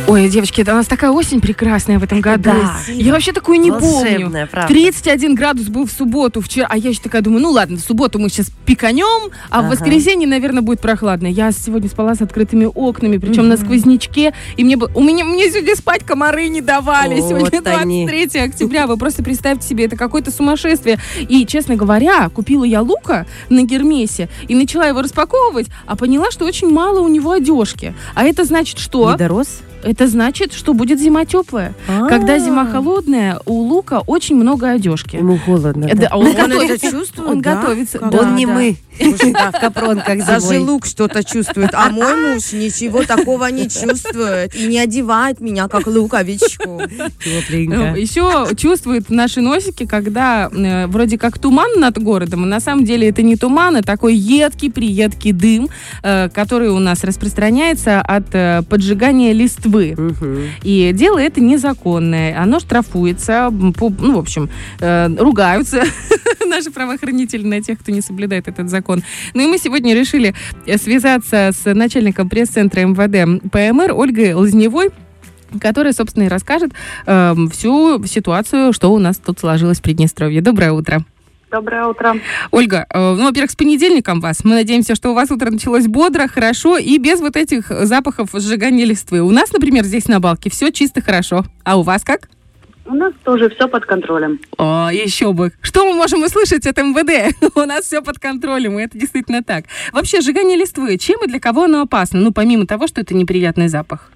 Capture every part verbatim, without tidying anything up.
Ой, девочки, это у нас такая осень прекрасная в этом году. Да. Я вообще такую не Волшебная, помню. правда. тридцать один градус был в субботу вчера, а я еще такая думаю, ну ладно, в субботу мы сейчас пиканем, а Ага. в воскресенье, наверное, будет прохладно. Я сегодня спала с открытыми окнами, причем Мгм. на сквознячке, и мне бы, у меня мне сегодня спать комары не давали. Вот Сегодня они. двадцать третьего октября. Вы просто представьте себе, это какое-то сумасшествие. И, честно говоря, купила я лука на Гермесе и начала его распаковывать, а поняла, что очень мало у него одежки. А это значит что? Не дорос? Это значит, что будет зима теплая. Когда зима холодная, у лука очень много одежки. Ему холодно. Э, Да. да, он, Он это готовится. чувствует, Он да? готовится. Как? Да, Он не да. мы. Слушай, да, в капронках Даже зимой. лук что-то чувствует, а мой муж ничего такого не чувствует и не одевает меня как луковичку. Тепленько. Еще чувствуют наши носики, когда э, вроде как туман над городом, а на самом деле это не туман, а такой едкий, приедкий дым, э, который у нас распространяется от э, поджигания листвы. Мгм. И дело это незаконное, оно штрафуется, по- ну, в общем, э, ругаются наши правоохранители на тех, кто не соблюдает этот закон. Ну и мы сегодня решили э, связаться с начальником пресс-центра эм вэ дэ пэ эм эр Ольгой Лозневой, которая, собственно, и расскажет э, всю ситуацию, что у нас тут сложилось в Приднестровье. Доброе утро. Доброе утро. Ольга, э, ну, во-первых, с понедельником вас. Мы надеемся, что у вас утро началось бодро, хорошо и без вот этих запахов сжигания листвы. У нас, например, здесь на Балке все чисто хорошо. А у вас как? У нас тоже все под контролем. О, еще бы. Что мы можем услышать от эм вэ дэ? У нас все под контролем, и это действительно так. Вообще, сжигание листвы, чем и для кого оно опасно? Ну, помимо того, что это неприятный запах.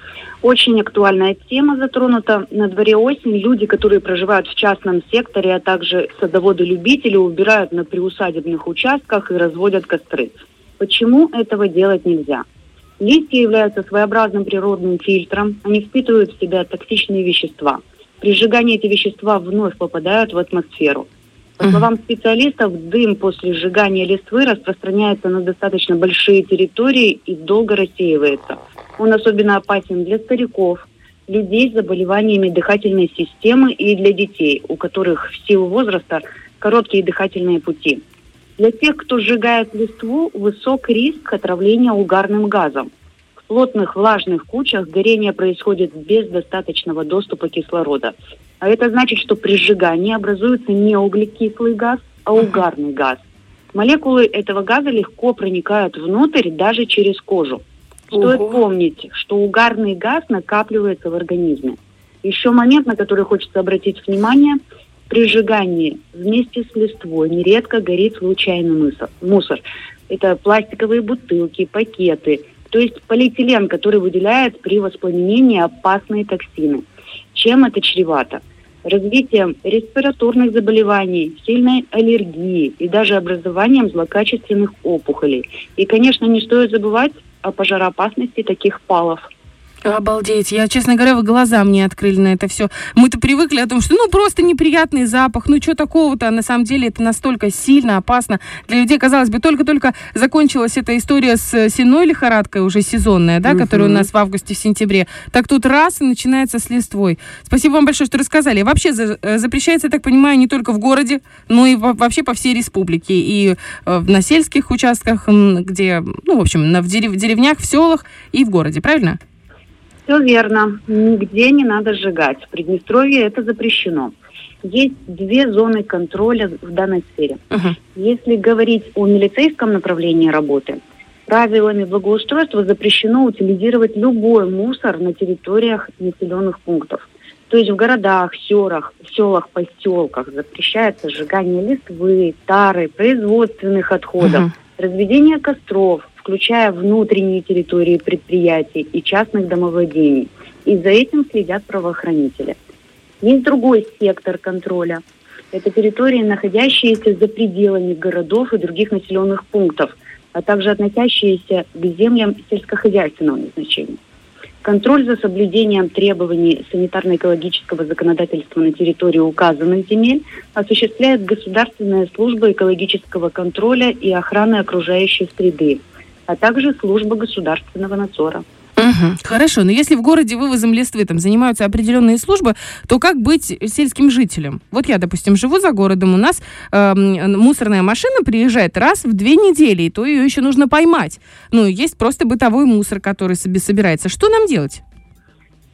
Очень актуальная тема затронута. На дворе осень. Люди, которые проживают в частном секторе, а также садоводы-любители, убирают на приусадебных участках и разводят костры. Почему этого делать нельзя? Листья являются своеобразным природным фильтром. Они впитывают в себя токсичные вещества. При сжигании эти вещества вновь попадают в атмосферу. По словам специалистов, дым после сжигания листвы распространяется на достаточно большие территории и долго рассеивается. Он особенно опасен для стариков, людей с заболеваниями дыхательной системы и для детей, у которых в силу возраста короткие дыхательные пути. Для тех, кто сжигает листву, высок риск отравления угарным газом. В плотных влажных кучах горение происходит без достаточного доступа кислорода. А это значит, что при сжигании образуется не углекислый газ, а угарный газ. Молекулы этого газа легко проникают внутрь даже через кожу. Стоит Ого. помнить, что угарный газ накапливается в организме. Еще момент, на который хочется обратить внимание. При сжигании вместе с листвой нередко горит случайный мусор. мусор. Это пластиковые бутылки, пакеты, то есть полиэтилен, который выделяет при воспламенении опасные токсины. Чем это чревато? Развитием респираторных заболеваний, сильной аллергии и даже образованием злокачественных опухолей. И, конечно, не стоит забывать о пожароопасности таких палов. Обалдеть. Я, честно говоря, вы глаза мне открыли на это все. Мы-то привыкли о том, что ну просто неприятный запах, ну что такого-то, а на самом деле это настолько сильно опасно для людей. Казалось бы, только-только закончилась эта история с сенной лихорадкой, уже сезонная, да, Мгм. которая у нас в августе, в сентябре. Так тут раз и начинается с листвой. Спасибо вам большое, что рассказали. Вообще за- э, запрещается, я так понимаю, не только в городе, но и во- вообще по всей республике. И э, на сельских участках, м, где, ну, в общем, на, в дерев- деревнях, в селах и в городе, правильно? Все верно. Нигде не надо сжигать. В Приднестровье это запрещено. Есть две зоны контроля в данной сфере. Мгм. Если говорить о милицейском направлении работы, правилами благоустройства запрещено утилизировать любой мусор на территориях населенных пунктов. То есть в городах, селах, селах, поселках запрещается сжигание листвы, тары, производственных отходов, Мгм. разведение костров, включая внутренние территории предприятий и частных домовладений. И за этим следят правоохранители. Есть другой сектор контроля. Это территории, находящиеся за пределами городов и других населенных пунктов, а также относящиеся к землям сельскохозяйственного назначения. Контроль за соблюдением требований санитарно-экологического законодательства на территории указанных земель осуществляет Государственная служба экологического контроля и охраны окружающей среды, а также служба государственного надзора. Мгм. Хорошо, но если в городе вывозом листвы там занимаются определенные службы, то как быть сельским жителем? Вот я, допустим, живу за городом, у нас эм, мусорная машина приезжает раз в две недели, и то ее еще нужно поймать. Ну, есть просто бытовой мусор, который себе собирается. Что нам делать?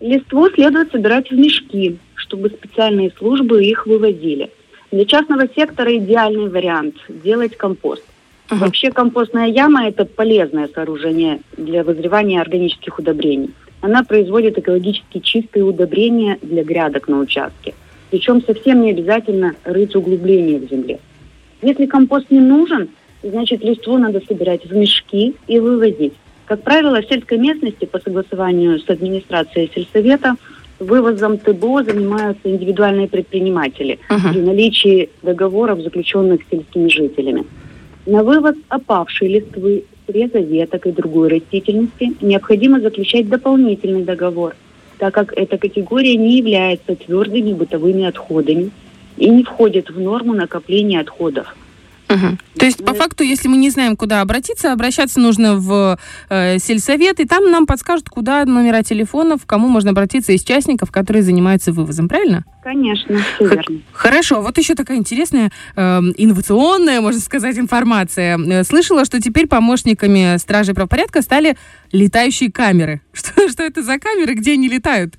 Листву следует собирать в мешки, чтобы специальные службы их вывозили. Для частного сектора идеальный вариант – делать компост. Uh-huh. Вообще компостная яма – это полезное сооружение для вызревания органических удобрений. Она производит экологически чистые удобрения для грядок на участке. Причем совсем не обязательно рыть углубления в земле. Если компост не нужен, значит листву надо собирать в мешки и вывозить. Как правило, в сельской местности по согласованию с администрацией сельсовета вывозом ТБО занимаются индивидуальные предприниматели uh-huh. при наличии договоров, заключенных с сельскими жителями. На вывоз опавшей листвы, среза веток и другой растительности необходимо заключать дополнительный договор, так как эта категория не является твердыми бытовыми отходами и не входит в норму накопления отходов. Угу. То есть, по факту, если мы не знаем, куда обратиться, обращаться нужно в э, сельсовет, и там нам подскажут, куда номера телефонов, к кому можно обратиться из частников, которые занимаются вывозом, правильно? Конечно, все Х- верно. Хорошо, вот еще такая интересная, э, инновационная, можно сказать, информация. Слышала, что теперь помощниками стражей правопорядка стали летающие камеры. Что, что это за камеры, где они летают?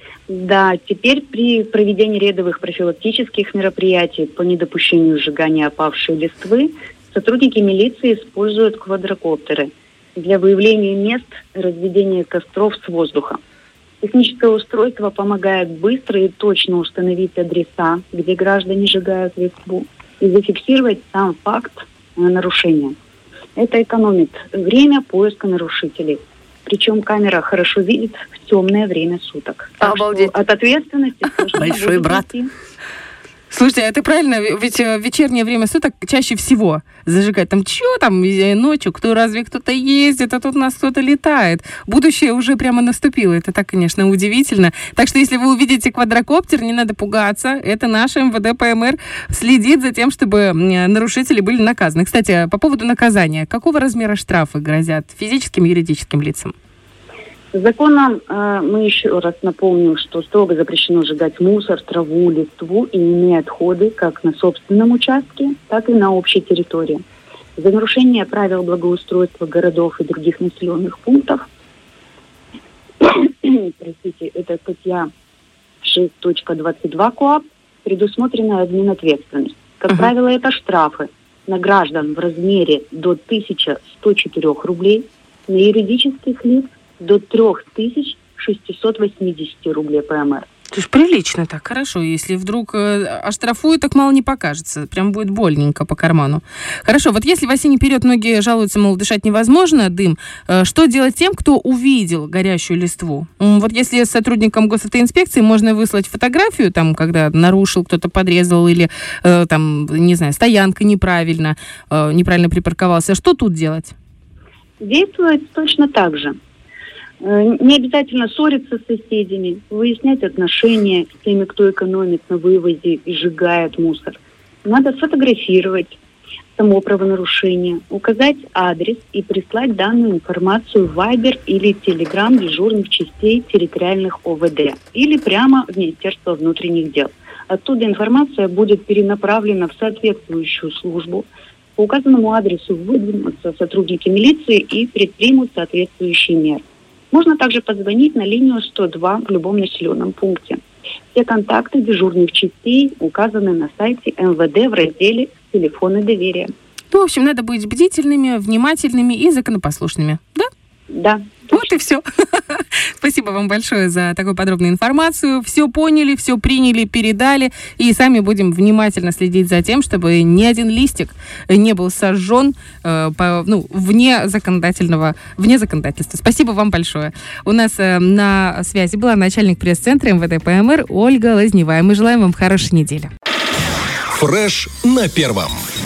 Да, теперь при проведении рядовых профилактических мероприятий по недопущению сжигания опавшей листвы сотрудники милиции используют квадрокоптеры для выявления мест разведения костров с воздуха. Техническое устройство помогает быстро и точно установить адреса, где граждане сжигают листву, и зафиксировать сам факт нарушения. Это экономит время поиска нарушителей. Причем камера хорошо видит в темное время суток. Так Обалдеть. что от ответственности Большой брат. уйти. Слушайте, а это правильно? Ведь в вечернее время суток чаще всего зажигать. Там что там ночью? Кто разве кто-то ездит, а тут у нас кто-то летает. Будущее уже прямо наступило. Это так, конечно, удивительно. Так что, если вы увидите квадрокоптер, не надо пугаться. Это наш эм вэ дэ пэ эм эр следит за тем, чтобы нарушители были наказаны. Кстати, по поводу наказания. Какого размера штрафы грозят физическим и юридическим лицам? Законом э, мы еще раз напомним, что строго запрещено сжигать мусор, траву, листву и иные отходы как на собственном участке, так и на общей территории. За нарушение правил благоустройства городов и других населенных пунктов, простите, это статья шесть точка двадцать два КоАП, предусмотрена админответственность. Как uh-huh. правило, это штрафы на граждан в размере до тысяча сто четыре рублей, на юридических лиц до три тысячи шестьсот восемьдесят рублей по эм эр. Это ж прилично так, хорошо. Если вдруг э, оштрафуют, так мало не покажется. Прям будет больненько по карману. Хорошо, вот если в осенний период многие жалуются, мол, дышать невозможно, дым, э, что делать тем, кто увидел горящую листву? М, вот если с сотрудником госавтоинспекции можно выслать фотографию, там, когда нарушил, кто-то подрезал, или э, там, не знаю, стоянка неправильно, э, неправильно припарковался, что тут делать? Действует точно так же. Не обязательно ссориться с соседями, выяснять отношения с теми, кто экономит на вывозе и сжигает мусор. Надо сфотографировать само правонарушение, указать адрес и прислать данную информацию в Вайбер или Телеграм дежурных частей территориальных о вэ дэ или прямо в Министерство внутренних дел. Оттуда информация будет перенаправлена в соответствующую службу. По указанному адресу выдвинутся сотрудники милиции и предпримут соответствующие меры. Можно также позвонить на линию сто два в любом населенном пункте. Все контакты дежурных частей указаны на сайте эм вэ дэ в разделе «Телефоны доверия». Ну, в общем, надо быть бдительными, внимательными и законопослушными, да? Да. Вот и все. Спасибо вам большое за такую подробную информацию. Все поняли, все приняли, передали. И сами будем внимательно следить за тем, чтобы ни один листик не был сожжен э, по, ну, вне законодательного, вне законодательства. Спасибо вам большое. У нас э, на связи была начальник пресс-центра эм вэ дэ пэ эм эр Ольга Лазневая. Мы желаем вам хорошей недели. Фреш на первом.